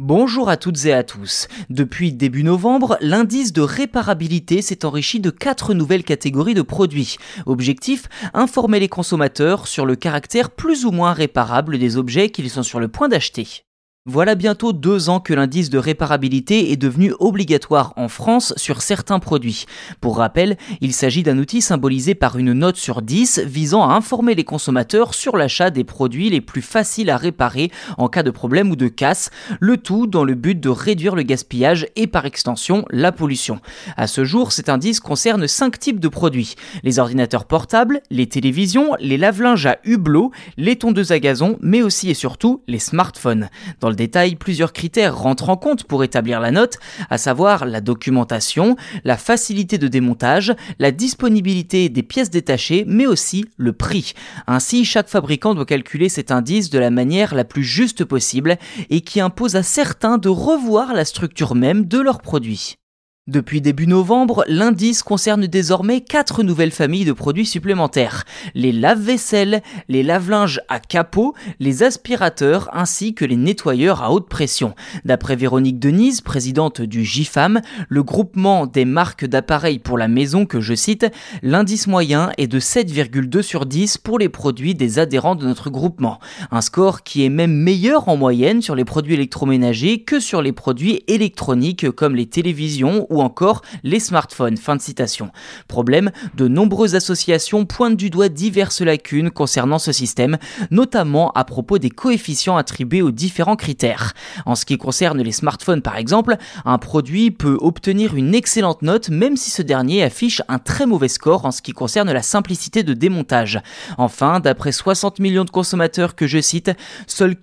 Bonjour à toutes et à tous. Depuis début novembre, l'indice de réparabilité s'est enrichi de 4 nouvelles catégories de produits. Objectif, informer les consommateurs sur le caractère plus ou moins réparable des objets qu'ils sont sur le point d'acheter. Voilà bientôt 2 ans que l'indice de réparabilité est devenu obligatoire en France sur certains produits. Pour rappel, il s'agit d'un outil symbolisé par une note sur 10 visant à informer les consommateurs sur l'achat des produits les plus faciles à réparer en cas de problème ou de casse, le tout dans le but de réduire le gaspillage et par extension la pollution. À ce jour, cet indice concerne 5 types de produits: les ordinateurs portables, les télévisions, les lave-linges à hublot, les tondeuses à gazon, mais aussi et surtout les smartphones. Dans le détail, plusieurs critères rentrent en compte pour établir la note, à savoir la documentation, la facilité de démontage, la disponibilité des pièces détachées, mais aussi le prix. Ainsi, chaque fabricant doit calculer cet indice de la manière la plus juste possible et qui impose à certains de revoir la structure même de leurs produits. Depuis début novembre, l'indice concerne désormais 4 nouvelles familles de produits supplémentaires: les lave-vaisselle, les lave-linges à capot, les aspirateurs ainsi que les nettoyeurs à haute pression. D'après Véronique Denise, présidente du GIFAM, le groupement des marques d'appareils pour la maison que je cite, l'indice moyen est de 7,2 sur 10 pour les produits des adhérents de notre groupement. Un score qui est même meilleur en moyenne sur les produits électroménagers que sur les produits électroniques comme les télévisions ou encore les smartphones. Fin de citation. Problème, de nombreuses associations pointent du doigt diverses lacunes concernant ce système, notamment à propos des coefficients attribués aux différents critères. En ce qui concerne les smartphones par exemple, un produit peut obtenir une excellente note même si ce dernier affiche un très mauvais score en ce qui concerne la simplicité de démontage. Enfin, d'après 60 millions de consommateurs que je cite, seuls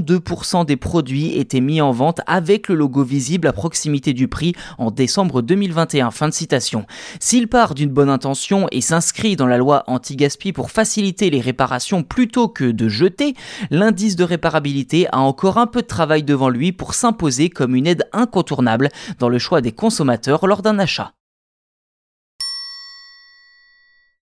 42% des produits étaient mis en vente avec le logo visible à proximité du prix en décembre 2021. Fin de citation. S'il part d'une bonne intention et s'inscrit dans la loi anti-gaspi pour faciliter les réparations plutôt que de jeter, l'indice de réparabilité a encore un peu de travail devant lui pour s'imposer comme une aide incontournable dans le choix des consommateurs lors d'un achat.